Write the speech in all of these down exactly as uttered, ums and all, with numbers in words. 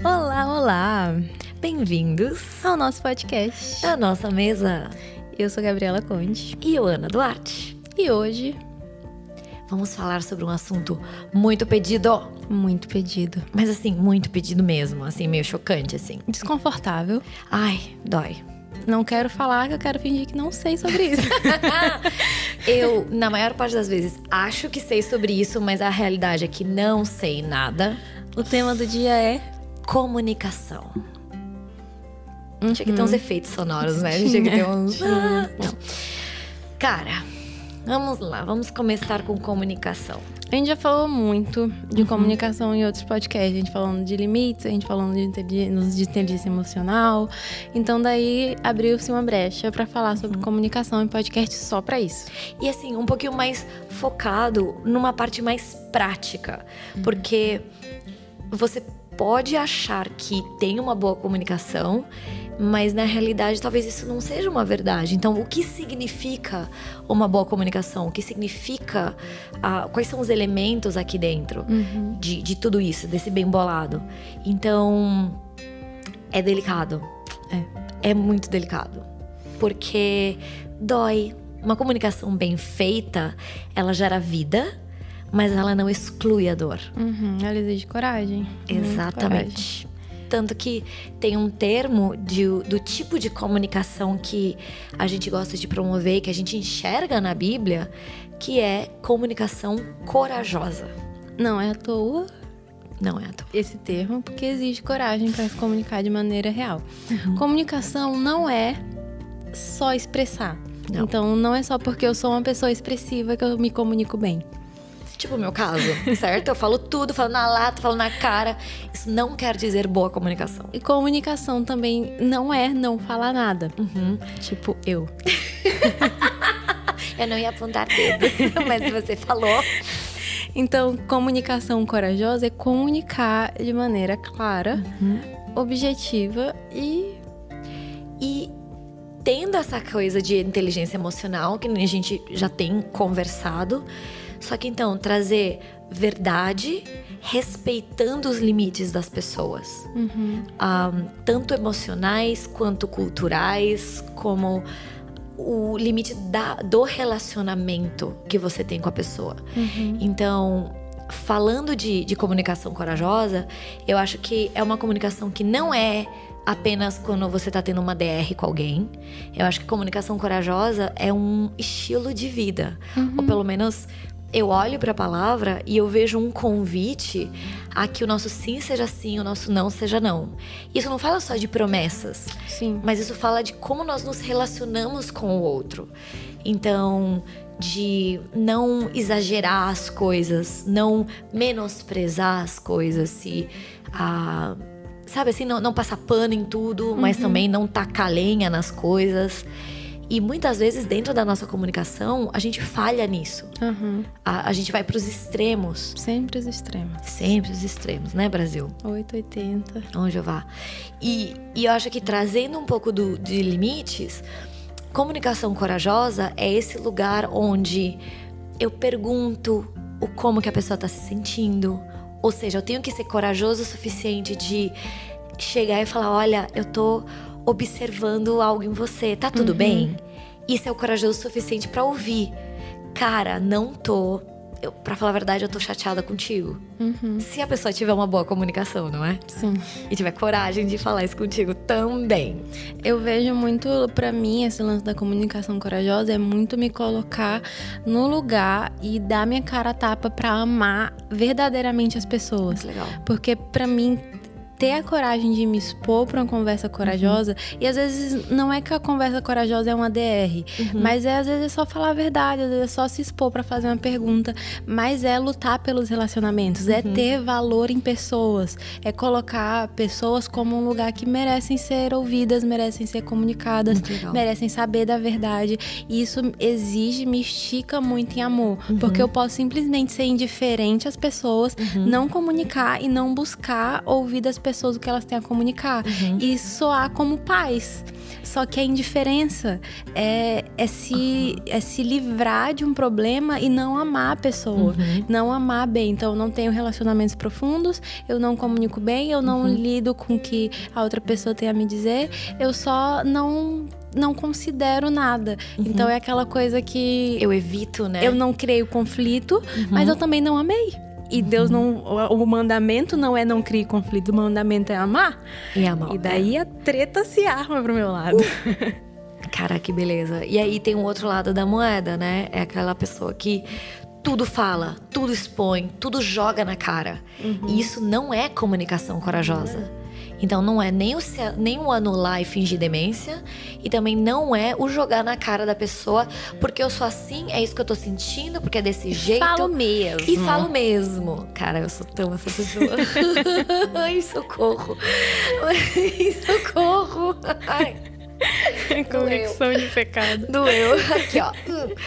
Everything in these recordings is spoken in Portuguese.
Olá, olá! Bem-vindos ao nosso podcast, da nossa mesa. Eu sou Gabriela Conde. E eu, Ana Duarte. E hoje vamos falar sobre um assunto muito pedido. Muito pedido. Mas assim, muito pedido mesmo, assim, meio chocante, assim. Desconfortável. Ai, dói. Não quero falar, que eu quero fingir que não sei sobre isso. Eu, na maior parte das vezes, acho que sei sobre isso, mas a realidade é que não sei nada. O tema do dia é comunicação. Uhum. Tinha que ter uns efeitos sonoros, né? Tinha que ter uns... Ah, não. Cara, vamos lá. Vamos começar com comunicação. A gente já falou muito de Uhum. comunicação em outros podcasts. A gente falando de limites, a gente falando de inteligência, de inteligência emocional. Então daí abriu-se uma brecha pra falar sobre Uhum. comunicação em podcast só pra isso. E assim, um pouquinho mais focado numa parte mais prática. Uhum. Porque você pode achar que tem uma boa comunicação, mas na realidade talvez isso não seja uma verdade. Então, o que significa uma boa comunicação? O que significa... Uh, quais são os elementos aqui dentro uhum. de, de tudo isso, desse bem bolado? Então, é delicado. É. É muito delicado. Porque dói. Uma comunicação bem feita, ela gera vida, mas ela não exclui a dor. Uhum, ela exige coragem. Exatamente. Coragem. Tanto que tem um termo de, do tipo de comunicação que a gente gosta de promover, que a gente enxerga na Bíblia, que é comunicação corajosa. Não é à toa. Não é à toa. Esse termo, porque exige coragem para se comunicar de maneira real. Uhum. Comunicação não é só expressar. Não. Então, não é só porque eu sou uma pessoa expressiva que eu me comunico bem. Tipo o meu caso, certo? Eu falo tudo, falo na lata, falo na cara. Isso não quer dizer boa comunicação. E comunicação também não é não falar nada. Uhum. Tipo, eu. Eu não ia apontar dedo, mas você falou. Então, comunicação corajosa é comunicar de maneira clara, uhum. objetiva e... E tendo essa coisa de inteligência emocional, que a gente já tem conversado... Só que então, trazer verdade, respeitando os limites das pessoas. Uhum. Um, tanto emocionais, quanto culturais, como o limite da, do relacionamento que você tem com a pessoa. Uhum. Então, falando de, de comunicação corajosa, eu acho que é uma comunicação que não é apenas quando você tá tendo uma D R com alguém. Eu acho que comunicação corajosa é um estilo de vida. Uhum. Ou pelo menos... eu olho para a palavra e eu vejo um convite a que o nosso sim seja sim, o nosso não seja não. Isso não fala só de promessas, sim. mas isso fala de como nós nos relacionamos com o outro. Então, de não exagerar as coisas, não menosprezar as coisas, se, ah, sabe assim, não, não passar pano em tudo, uhum. mas também não tacar lenha nas coisas. E muitas vezes, dentro da nossa comunicação, a gente falha nisso. Uhum. A, a gente vai pros extremos. Sempre os extremos. Sempre os extremos, né, Brasil? oito, oitenta. Onde eu vá. E, e eu acho que trazendo um pouco do, de limites, comunicação corajosa é esse lugar onde eu pergunto o como que a pessoa tá se sentindo. Ou seja, eu tenho que ser corajoso o suficiente de chegar e falar, olha, eu tô... observando algo em você, tá tudo uhum. bem? Isso é o corajoso suficiente pra ouvir. Cara, não tô... Eu, pra falar a verdade, eu tô chateada contigo. Uhum. Se a pessoa tiver uma boa comunicação, não é? Sim. E tiver coragem de falar isso contigo também. Eu vejo muito, pra mim, esse lance da comunicação corajosa é muito me colocar no lugar e dar minha cara a tapa pra amar verdadeiramente as pessoas. Muito legal. Porque pra mim... ter a coragem de me expor pra uma conversa corajosa, uhum. e às vezes não é que a conversa corajosa é uma D R, uhum. mas é, às vezes é só falar a verdade, às vezes é só se expor pra fazer uma pergunta, mas é lutar pelos relacionamentos, uhum. é ter valor em pessoas, é colocar pessoas como um lugar que merecem ser ouvidas, merecem ser comunicadas, merecem saber da verdade, e isso exige, me estica muito em amor, uhum. porque eu posso simplesmente ser indiferente às pessoas, uhum. não comunicar e não buscar ouvir das pessoas o que elas têm a comunicar. Uhum. E soar como paz. Só que a indiferença é, é, se, uhum. é se livrar de um problema e não amar a pessoa. Uhum. Não amar bem. Então, eu não tenho relacionamentos profundos, eu não comunico bem, eu não uhum. lido com o que a outra pessoa tem a me dizer. Eu só não... não considero nada. Uhum. Então, é aquela coisa que... eu evito, né? Eu não creio conflito, uhum. mas eu também não amei. E uhum. Deus não... O mandamento não é não crie conflito. O mandamento é amar. E amar. E daí é. a treta se arma pro meu lado. Uh. Cara, que beleza. E aí tem um outro lado da moeda, né? É aquela pessoa que tudo fala, tudo expõe, tudo joga na cara. Uhum. E isso não é comunicação corajosa. Uhum. Então não é nem o, nem o anular e fingir demência. E também não é o jogar na cara da pessoa. Porque eu sou assim, é isso que eu tô sentindo. Porque é desse jeito. Falo mesmo. E falo mesmo. Cara, eu sou tão essa pessoa. Ai, socorro. Ai, socorro. Ai. Convicção de pecado. Doeu. Aqui, ó.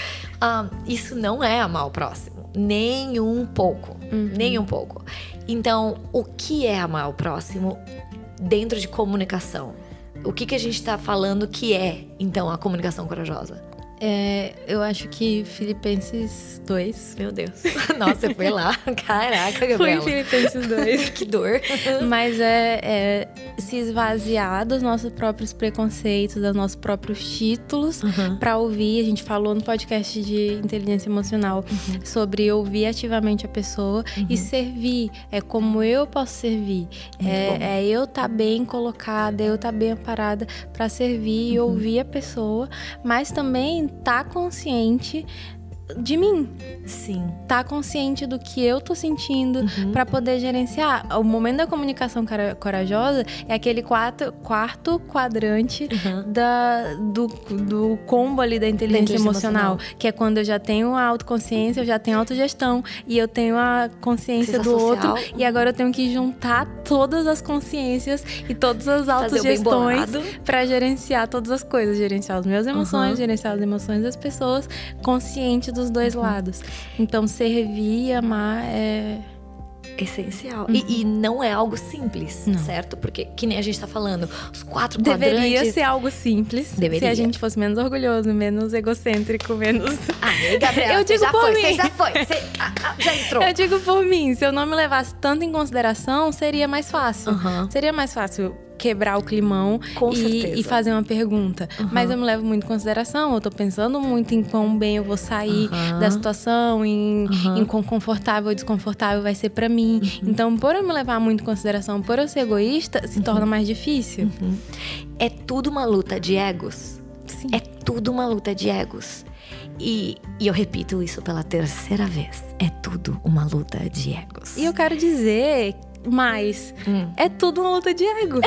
Um, isso não é amar o próximo. Nem um pouco. Uhum. Nem um pouco. Então, o que é amar o próximo dentro de comunicação? O que, que a gente tá falando que é, então, a comunicação corajosa? É, eu acho que Filipenses dois. Meu Deus. Nossa, você foi lá. Caraca, Gabriela. Foi Filipenses dois. Que dor. Mas é, é se esvaziar dos nossos próprios preconceitos, dos nossos próprios títulos, uhum. pra ouvir. A gente falou no podcast de inteligência emocional uhum. sobre ouvir ativamente a pessoa uhum. e servir. É como eu posso servir. É, é eu estar tá bem colocada, eu estar tá bem amparada pra servir uhum. e ouvir a pessoa, mas também tá consciente de mim. Sim. Tá consciente do que eu tô sentindo uhum. pra poder gerenciar. O momento da comunicação corajosa é aquele quarto, quarto quadrante uhum. da, do, do combo ali da inteligência emocional, emocional. Que é quando eu já tenho a autoconsciência, eu já tenho a autogestão e eu tenho a consciência do social. Outro. E agora eu tenho que juntar todas as consciências e todas as autogestões pra gerenciar todas as coisas. Gerenciar as minhas emoções, uhum. gerenciar as emoções das pessoas, consciente dos dois uhum. lados. Então, servir e amar é... essencial. Uhum. E, e não é algo simples, não. Certo? Porque, que nem a gente tá falando, os quatro Deveria quadrantes... Deveria ser algo simples. Deveria. Se a gente fosse menos orgulhoso, menos egocêntrico, menos... Ai, Gabriela, eu você digo já por foi, mim. você já foi. Você ah, ah, já entrou. Eu digo por mim. Se eu não me levasse tanto em consideração, seria mais fácil. Uhum. Seria mais fácil quebrar o climão e, e fazer uma pergunta. Uhum. Mas eu me levo muito em consideração. Eu tô pensando muito em quão bem eu vou sair uhum. da situação, em, uhum. em quão confortável ou desconfortável vai ser pra mim. Uhum. Então, por eu me levar muito em consideração, por eu ser egoísta, se uhum. torna mais difícil. Uhum. É tudo uma luta de egos. Sim. É tudo uma luta de egos. E, e eu repito isso pela terceira vez. É tudo uma luta de egos. E eu quero dizer... Mas hum. é tudo uma luta de ego.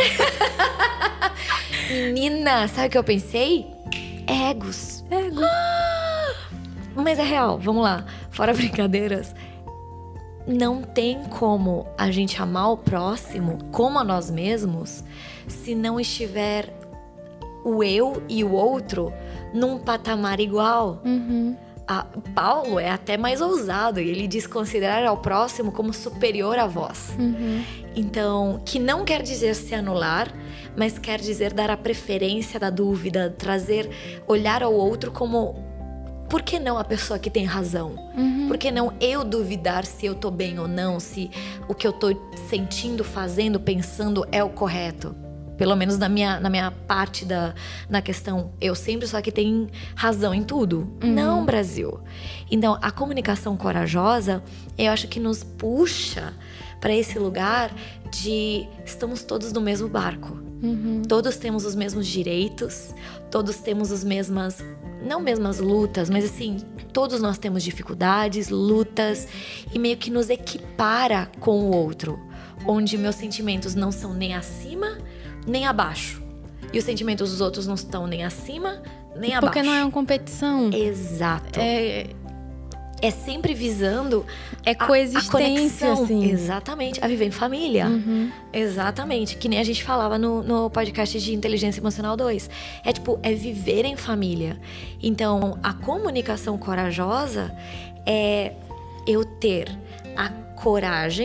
Menina, sabe o que eu pensei? Egos. Ego. Mas é real, vamos lá. Fora brincadeiras. Não tem como a gente amar o próximo como a nós mesmos se não estiver o eu e o outro num patamar igual. Uhum. A Paulo é até mais ousado e ele diz considerar ao próximo como superior a vós. Uhum. Então, que não quer dizer se anular, mas quer dizer dar a preferência da dúvida, trazer, olhar ao outro como, por que não a pessoa que tem razão? Uhum. Por que não eu duvidar se eu tô bem ou não, se o que eu tô sentindo, fazendo, pensando é o correto? Pelo menos na minha, na minha parte da na questão, eu sempre só que tem razão em tudo. Uhum. Não, Brasil. Então, a comunicação corajosa, eu acho que nos puxa para esse lugar de estamos todos no mesmo barco. Uhum. Todos temos os mesmos direitos, todos temos as mesmas, não mesmas lutas, mas assim, todos nós temos dificuldades, lutas, e meio que nos equipara com o outro, onde meus sentimentos não são nem acima nem abaixo. E os sentimentos dos outros não estão nem acima, nem Porque abaixo. Porque não é uma competição. Exato. É, é sempre visando é coexistência, a, a conexão. Assim. Exatamente. A viver em família. Uhum. Exatamente. Que nem a gente falava no, no podcast de Inteligência Emocional dois. É tipo, é viver em família. Então, a comunicação corajosa é eu ter a coragem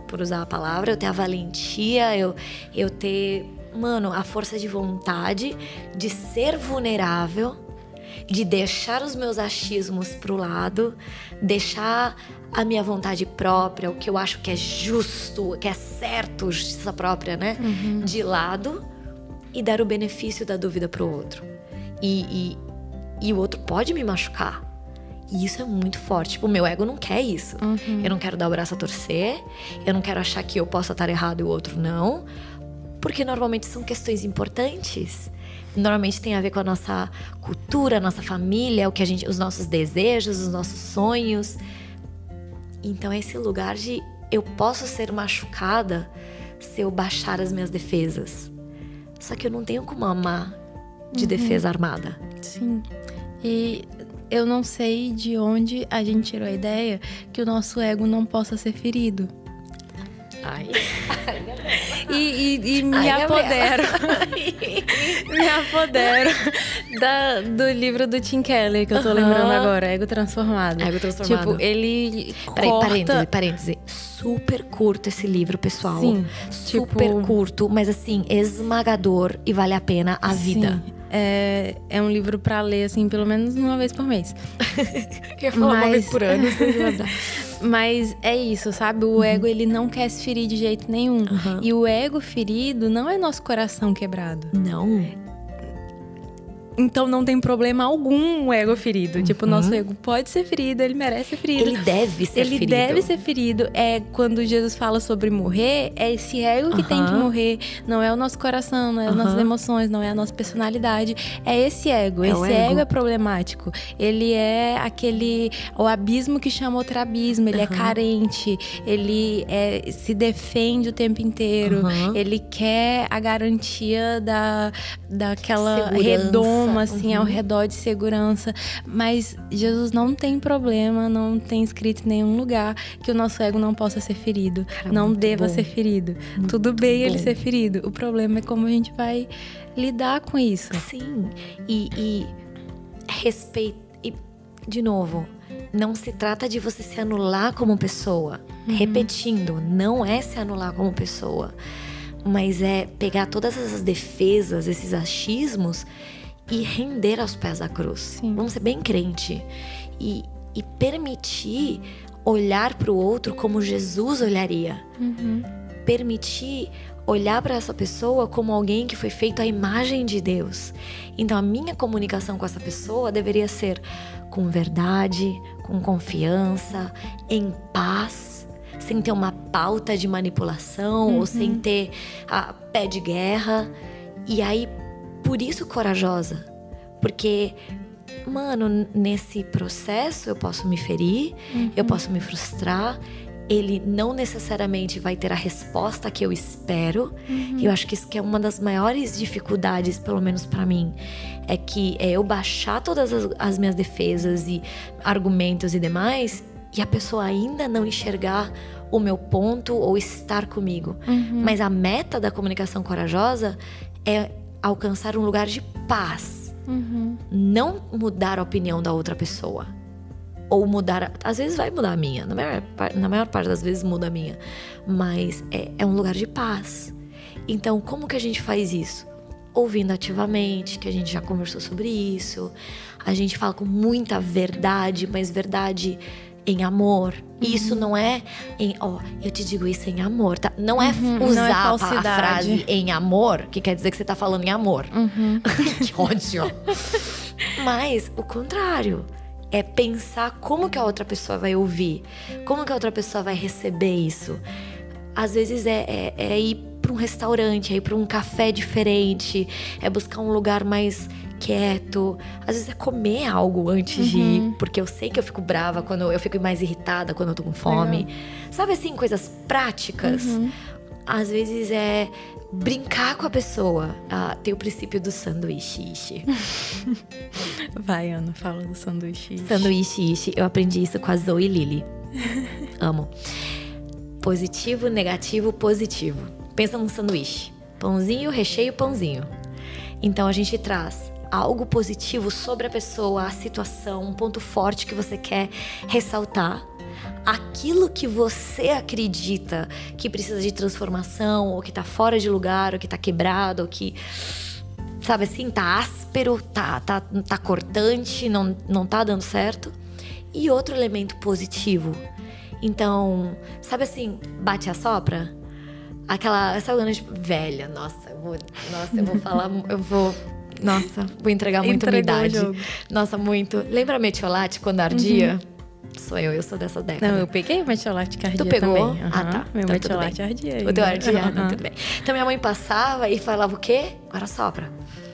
por usar a palavra, eu ter a valentia, eu, eu ter, mano, a força de vontade de ser vulnerável, de deixar os meus achismos pro lado, deixar a minha vontade própria, o que eu acho que é justo, que é certo, justiça própria, né? Uhum. De lado, e dar o benefício da dúvida pro outro. E, e, e o outro pode me machucar. E isso é muito forte. Tipo, o meu ego não quer isso. Uhum. Eu não quero dar o braço a torcer. Eu não quero achar que eu possa estar errado e o outro não. Porque normalmente são questões importantes. Normalmente tem a ver com a nossa cultura, a nossa família, o que a gente, os nossos desejos, os nossos sonhos. Então é esse lugar de eu posso ser machucada se eu baixar as minhas defesas. Só que eu não tenho como amar de uhum. defesa armada. Sim. E eu não sei de onde a gente tirou a ideia que o nosso ego não possa ser ferido. Ai, e, e, e me Ai, apodero me apodero da, do livro do Tim Keller, que eu tô uhum. lembrando agora, Ego Transformado. Ego Transformado. Tipo, ele Peraí, corta... parêntese, parêntese. Super curto esse livro, pessoal. Sim. Super tipo... curto, mas assim, esmagador e vale a pena a vida. Sim. É, é um livro pra ler, assim, pelo menos uma vez por mês. Eu ia falar Mas... uma vez por ano, Mas é isso, sabe? O uhum. ego, ele não quer se ferir de jeito nenhum. Uhum. E o ego ferido não é nosso coração quebrado. Não. Então não tem problema algum o ego ferido. Uhum. Tipo, o nosso ego pode ser ferido, ele merece ser ferido. Ele deve ser ele ferido. Ele deve ser ferido. É quando Jesus fala sobre morrer, é esse ego que uhum. tem que morrer. Não é o nosso coração, não é as uhum. nossas emoções, não é a nossa personalidade. É esse ego. É esse ego. ego é problemático. Ele é aquele... O abismo que chama outro abismo. Ele uhum. é carente. Ele é, se defende o tempo inteiro. Uhum. Ele quer a garantia da, daquela Segurança. redoma, assim, uhum. ao redor de segurança. Mas Jesus não tem problema, não tem escrito em nenhum lugar que o nosso ego não possa ser ferido. Cara, não deva bom. ser ferido. Muito Tudo bem bom. ele ser ferido. O problema é como a gente vai lidar com isso. Sim. E, e respeito. E, de novo, não se trata de você se anular como pessoa. Uhum. Repetindo, não é se anular como pessoa. Mas é pegar todas essas defesas, esses achismos e render aos pés da cruz. Sim. Vamos ser bem crente. E, e permitir olhar para o outro como Jesus olharia. Uhum. Permitir olhar para essa pessoa como alguém que foi feito à imagem de Deus. Então a minha comunicação com essa pessoa deveria ser com verdade, com confiança, em paz, sem ter uma pauta de manipulação uhum. ou sem ter a pé de guerra. E aí, por isso corajosa. Porque, mano, nesse processo eu posso me ferir, uhum. eu posso me frustrar. Ele não necessariamente vai ter a resposta que eu espero. Uhum. E eu acho que isso que é uma das maiores dificuldades, pelo menos pra mim. É que é eu baixar todas as, as minhas defesas e argumentos e demais, e a pessoa ainda não enxergar o meu ponto ou estar comigo. Uhum. Mas a meta da comunicação corajosa é alcançar um lugar de paz. Uhum. Não mudar a opinião da outra pessoa. Ou mudar... Às vezes vai mudar a minha. Na maior, na maior parte das vezes muda a minha. Mas é, é um lugar de paz. Então, como que a gente faz isso? Ouvindo ativamente, que a gente já conversou sobre isso. A gente fala com muita verdade, mas verdade em amor. E isso Uhum. não é em... Ó, eu te digo isso em amor, tá? Não é uhum, usar não é a frase em amor, que quer dizer que você tá falando em amor. Uhum. Que ódio. Mas o contrário. É pensar como que a outra pessoa vai ouvir. Como que a outra pessoa vai receber isso. Às vezes é, é, é ir para um restaurante, é ir para um café diferente. É buscar um lugar mais quieto. Às vezes é comer algo antes uhum. de ir. Porque eu sei que eu fico brava, quando eu, eu fico mais irritada quando eu tô com fome. Legal. Sabe assim, coisas práticas? Uhum. Às vezes é brincar com a pessoa. Ah, tem o princípio do sanduíche. Vai, Ana, fala do sanduíche. Sanduíche, eu aprendi isso com a Zoe e Lily. Amo. Positivo, negativo, positivo. Pensa num sanduíche. Pãozinho, recheio, pãozinho. Então a gente traz algo positivo sobre a pessoa, a situação, um ponto forte que você quer ressaltar. Aquilo que você acredita que precisa de transformação, ou que tá fora de lugar, ou que tá quebrado, ou que, sabe assim, tá áspero, tá, tá, tá cortante, não, não tá dando certo. E outro elemento positivo. Então, sabe assim, bate a sopra? Aquela, essa grande velha, nossa, eu vou, nossa, eu vou falar, eu vou, nossa, vou entregar muito a minha idade. Nossa, muito. Lembra a Metiolate quando ardia? Uhum. Sou eu, eu sou dessa década. Não, eu peguei Metiolate que ardia também. Tu pegou? Também. Uhum. Ah, tá. Meu então, Metiolate ardia. O teu ardia? Uhum. Não, tudo bem. Então minha mãe passava e falava o quê? Agora sopra.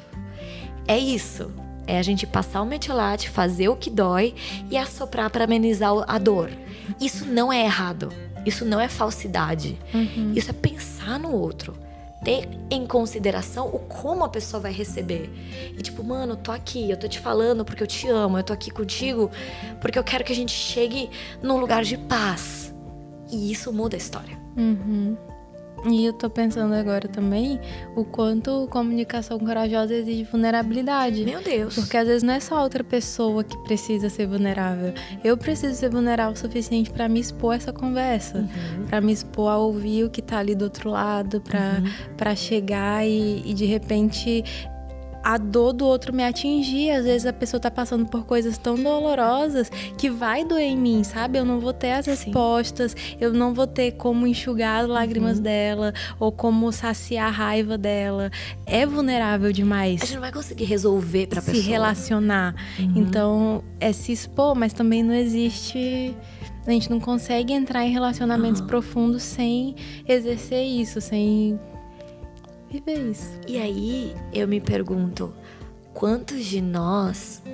É isso. É a gente passar o Metiolate, fazer o que dói e assoprar para amenizar a dor. Isso não é errado. Isso não é falsidade. Uhum. Isso é pensar no outro. Ter em consideração o como a pessoa vai receber. E tipo, mano, eu tô aqui, eu tô te falando porque eu te amo. Eu tô aqui contigo porque eu quero que a gente chegue num lugar de paz. E isso muda a história. Uhum. E eu tô pensando agora também o quanto comunicação corajosa exige vulnerabilidade. Meu Deus. Porque às vezes não é só outra pessoa que precisa ser vulnerável. Eu preciso ser vulnerável o suficiente pra me expor a essa conversa. Uhum. Pra me expor a ouvir o que tá ali do outro lado. Pra, uhum. pra chegar e, e de repente a dor do outro me atingir. Às vezes a pessoa tá passando por coisas tão dolorosas que vai doer em mim, sabe? Eu não vou ter as respostas, Sim. eu não vou ter como enxugar as lágrimas uhum. dela ou como saciar a raiva dela. É vulnerável demais. A gente não vai conseguir resolver pra se pessoa. Se relacionar. Uhum. Então, é se expor, mas também não existe... A gente não consegue entrar em relacionamentos uhum. profundos sem exercer isso, sem... viver isso. E aí, eu me pergunto, quantos de nós...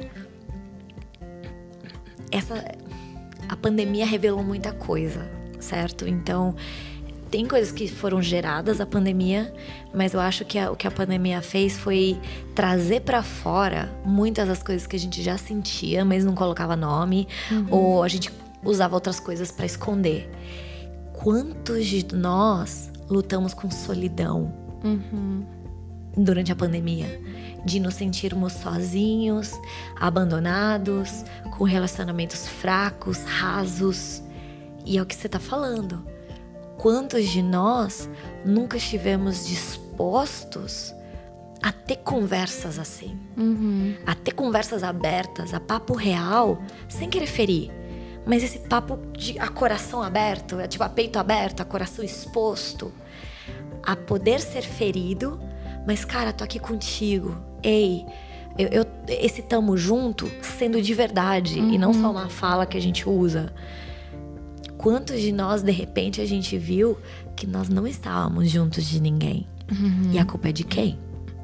Essa... A pandemia revelou muita coisa, certo? Então, tem coisas que foram geradas da pandemia, mas eu acho que a, o que a pandemia fez foi trazer pra fora muitas das coisas que a gente já sentia, mas não colocava nome, uhum. ou a gente usava outras coisas pra esconder. Quantos de nós lutamos com solidão? Uhum. Durante a pandemia, de nos sentirmos sozinhos, abandonados, com relacionamentos fracos, rasos. E é o que você tá falando. Quantos de nós nunca estivemos dispostos a ter conversas assim? Uhum. A ter conversas abertas, a papo real, sem querer ferir. Mas esse papo de a coração aberto, tipo a peito aberto, a coração exposto. A poder ser ferido, mas cara, tô aqui contigo. Ei, eu, eu, esse tamo junto sendo de verdade uhum. e não só uma fala que a gente usa. Quantos de nós, de repente, a gente viu que nós não estávamos juntos de ninguém? Uhum. E a culpa é de quem?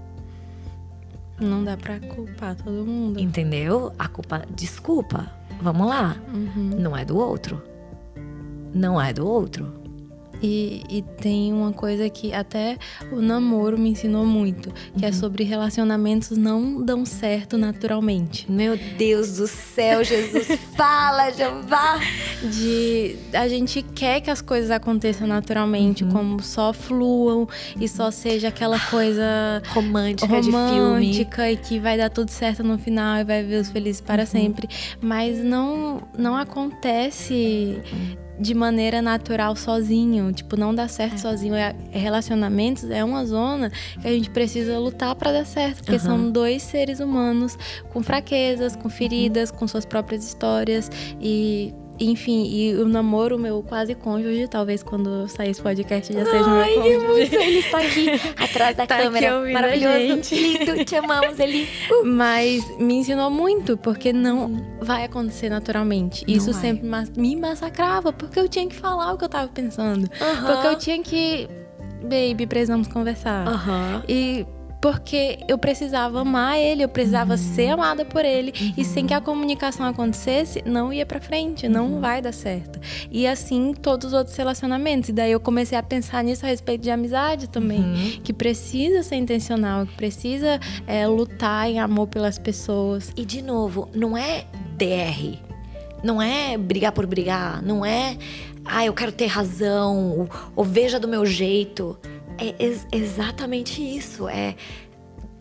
Não dá pra culpar todo mundo. Entendeu? A culpa, desculpa, vamos lá. Uhum. Não é do outro. Não é do outro. E, e tem uma coisa que até o namoro me ensinou muito, que uhum. é sobre relacionamentos não dão certo naturalmente. Meu Deus do céu, Jesus, fala, Jeová! De a gente quer que as coisas aconteçam naturalmente, uhum. como só fluam e só seja aquela coisa romântica, romântica de filme. E que vai dar tudo certo no final e vai ver os felizes para uhum. sempre. Mas não, não acontece... Uhum. de maneira natural sozinho, tipo, não dá certo é. sozinho. Relacionamentos é uma zona que a gente precisa lutar pra dar certo, porque uhum. são dois seres humanos com fraquezas, com feridas, uhum. com suas próprias histórias e... Enfim, e o namoro, meu quase cônjuge, talvez quando sair esse podcast já seja Ai, meu cônjuge. Ele está aqui atrás da tá câmera, maravilhoso, lindo, te amamos, ele. Uh. Mas me ensinou muito, porque não vai acontecer naturalmente. Não Isso vai. sempre me massacrava, porque eu tinha que falar o que eu tava pensando. Uh-huh. Porque eu tinha que... Baby, precisamos conversar. Uh-huh. E... porque eu precisava amar ele, eu precisava uhum. ser amada por ele. Uhum. E sem que a comunicação acontecesse, não ia pra frente, não uhum. vai dar certo. E assim, todos os outros relacionamentos. E daí eu comecei a pensar nisso a respeito de amizade também. Uhum. Que precisa ser intencional, que precisa é, lutar em amor pelas pessoas. E de novo, não é D R. Não é brigar por brigar. Não é, ah, eu quero ter razão. Ou, ou veja do meu jeito. É ex- exatamente isso, é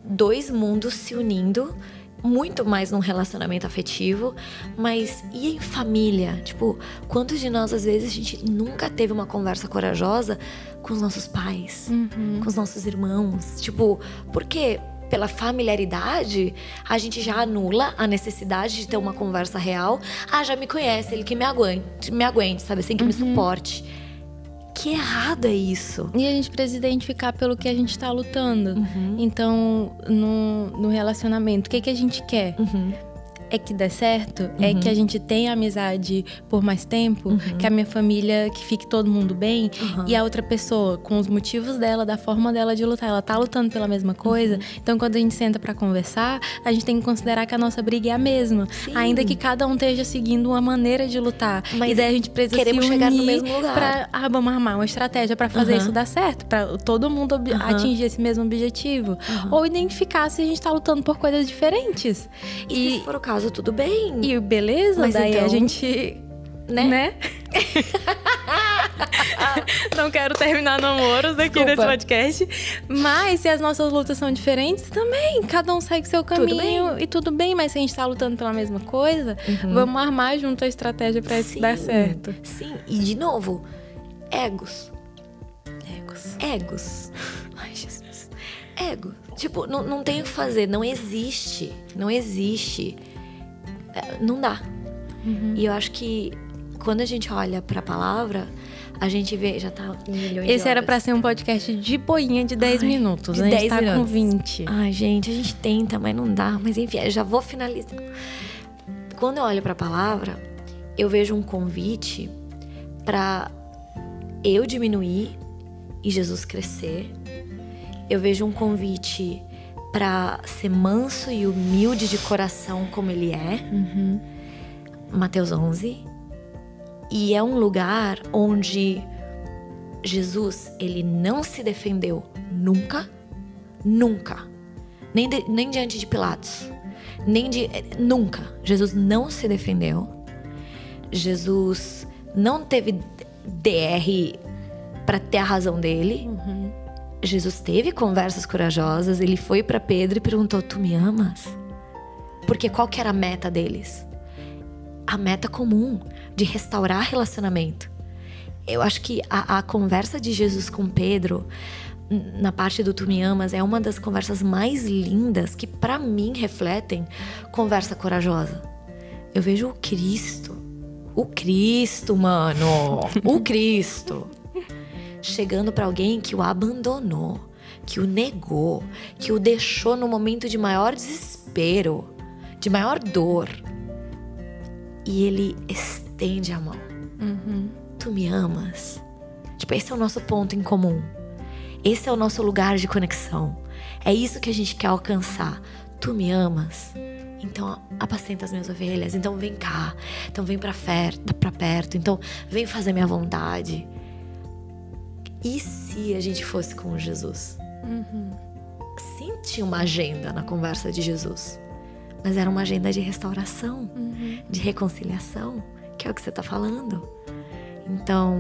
dois mundos se unindo, muito mais num relacionamento afetivo, mas e em família? Tipo, quantos de nós, às vezes, a gente nunca teve uma conversa corajosa com os nossos pais, Uhum. com os nossos irmãos? Tipo, por quê? Pela familiaridade, a gente já anula a necessidade de ter uma conversa real. Ah, já me conhece, ele que me aguente, me aguente, sabe? Assim, que me suporte. Que errado é isso. E a gente precisa identificar pelo que a gente tá lutando. Uhum. Então, no, no relacionamento, o que, que a gente quer? Uhum. É que dê certo? É que a gente tenha amizade por mais tempo? Uhum. Que a minha família, que fique todo mundo bem? Uhum. E a outra pessoa, com os motivos dela, da forma dela de lutar, ela tá lutando pela mesma coisa? Uhum. Então, quando a gente senta pra conversar, a gente tem que considerar que a nossa briga é a mesma. Sim. Ainda que cada um esteja seguindo uma maneira de lutar. Mas e daí a gente precisa queremos se chegar no unir mesmo lugar. pra, ah, vamos armar uma estratégia pra fazer Uhum. isso dar certo. Pra todo mundo ob- Uhum. atingir esse mesmo objetivo. Ou identificar se a gente tá lutando por coisas diferentes. E, se for o caso, tudo bem. E beleza, Mas daí então, a gente... né? Né? Não quero terminar namoros aqui Desculpa. nesse podcast. Mas se as nossas lutas são diferentes, também. Cada um segue seu caminho. bem. E tudo bem, mas se a gente tá lutando pela mesma coisa, Uhum. vamos armar junto a estratégia pra isso Sim, dar certo. Sim, e de novo, egos. Egos. Egos. Ai, Jesus. Ego. Tipo, não, não tem o que fazer. Não existe. Não existe. É, não dá. Uhum. E eu acho que quando a gente olha pra palavra, a gente vê... Já tá um milhão de Esse era horas. pra ser um podcast de boinha de dez Ai, minutos. de A gente dez tá com minutos. vinte. Ai, gente, a gente tenta, mas não dá. Mas enfim, eu já vou finalizar. Quando eu olho pra palavra, eu vejo um convite pra eu diminuir e Jesus crescer. Eu vejo um convite pra ser manso e humilde de coração como ele é. Uhum. Mateus onze. E é um lugar onde Jesus, ele não se defendeu nunca, nunca. Nem, de- nem diante de Pilatos. Nem de... Nunca. Jesus não se defendeu. Jesus não teve D R pra ter a razão dele. Uhum. Jesus teve conversas corajosas. Ele foi pra Pedro e perguntou: tu me amas? Porque qual que era a meta deles? A meta comum de restaurar relacionamento. Eu acho que a, a conversa de Jesus com Pedro, n- na parte do tu me amas, é uma das conversas mais lindas que pra mim refletem conversa corajosa. Eu vejo o Cristo, o Cristo, mano, o Cristo, chegando pra alguém que o abandonou, que o negou, que o deixou no momento de maior desespero, de maior dor. E ele estende a mão. Uhum. Tu me amas? Tipo, esse é o nosso ponto em comum. Esse é o nosso lugar de conexão. É isso que a gente quer alcançar. Tu me amas? Então apacenta as minhas ovelhas. Então vem cá. Então vem pra, fer- pra perto. Então vem fazer minha vontade. E se a gente fosse com Jesus? Uhum. Sim, tinha uma agenda na conversa de Jesus. Mas era uma agenda de restauração, Uhum. de reconciliação, que é o que você tá falando. Então,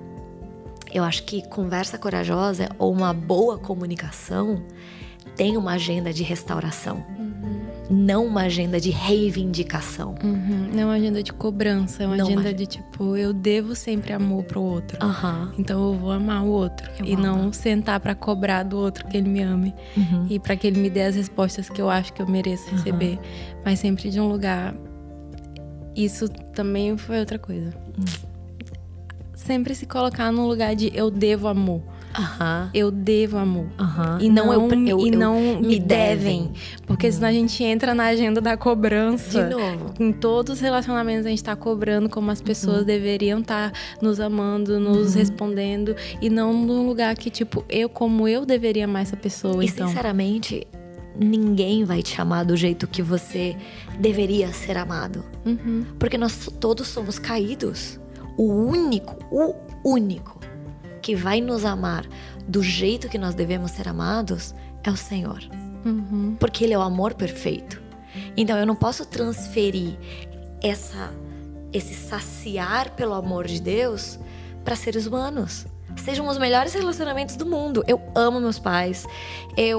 eu acho que conversa corajosa ou uma boa comunicação tem uma agenda de restauração, não uma agenda de reivindicação. Uhum. Não é uma agenda de cobrança, é uma Não, agenda mas- de tipo, eu devo sempre amor pro outro. Aham. Então eu vou amar o outro. Eu e vou não amar. sentar pra cobrar do outro que ele me ame. Uhum. E pra que ele me dê as respostas que eu acho que eu mereço receber. Mas sempre de um lugar. Isso também foi outra coisa. Sempre se colocar no lugar de eu devo amor. Aham. Eu devo amor. Aham. E não, eu, eu- e eu- não me me devem. devem. Porque senão a gente entra na agenda da cobrança. De novo. Em todos os relacionamentos a gente tá cobrando como as pessoas deveriam estar nos amando, nos respondendo. E não num lugar que, tipo, eu como eu deveria amar essa pessoa, E então. sinceramente, ninguém vai te amar do jeito que você deveria ser amado. Uhum. Porque nós todos somos caídos. O único, o único que vai nos amar do jeito que nós devemos ser amados é o Senhor. Uhum. Porque Ele é o amor perfeito. Então eu não posso transferir essa, esse saciar pelo amor de Deus para seres humanos. Sejam os melhores relacionamentos do mundo. Eu amo meus pais. Eu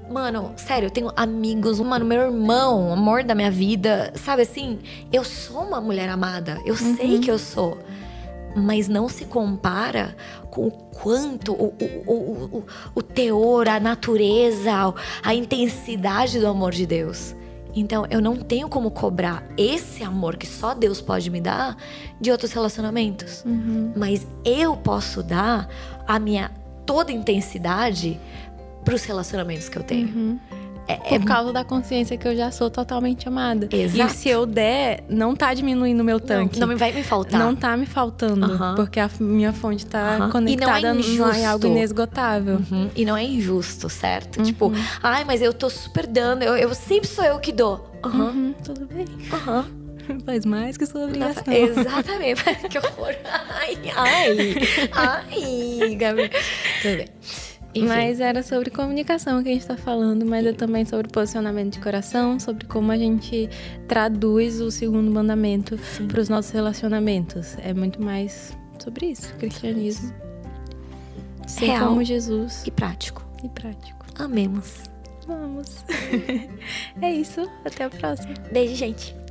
Mano, sério, eu tenho amigos, mano, meu irmão, o amor da minha vida, sabe assim? Eu sou uma mulher amada, eu uhum. sei que eu sou. Mas não se compara com o quanto, o, o, o, o, o teor, a natureza, a intensidade do amor de Deus. Então, eu não tenho como cobrar esse amor que só Deus pode me dar de outros relacionamentos. Uhum. Mas eu posso dar a minha toda intensidade para os relacionamentos que eu tenho. Uhum. É, Por é... causa da consciência que eu já sou totalmente amada. Exato. E se eu der, não tá diminuindo o meu tanque. Não, não vai me faltar. Não tá me faltando. Uhum. Porque a minha fonte tá uhum. conectada é em algo inesgotável. Uhum. E não é injusto, certo? Uhum. Tipo, ai, mas eu tô super dando. Eu, eu sempre sou eu que dou. Uhum. Uhum. Tudo bem. Aham. Faz mais que sua obrigação. Exatamente. Que horror. Ai, ai. Ai, Gabi. Tudo bem. Enfim. Mas era sobre comunicação que a gente tá falando, mas é também sobre posicionamento de coração, sobre como a gente traduz o segundo mandamento para os nossos relacionamentos. É muito mais sobre isso, cristianismo. Ser real como Jesus. E prático. E prático. Amemos. Vamos. É isso. Até a próxima. Beijo, gente.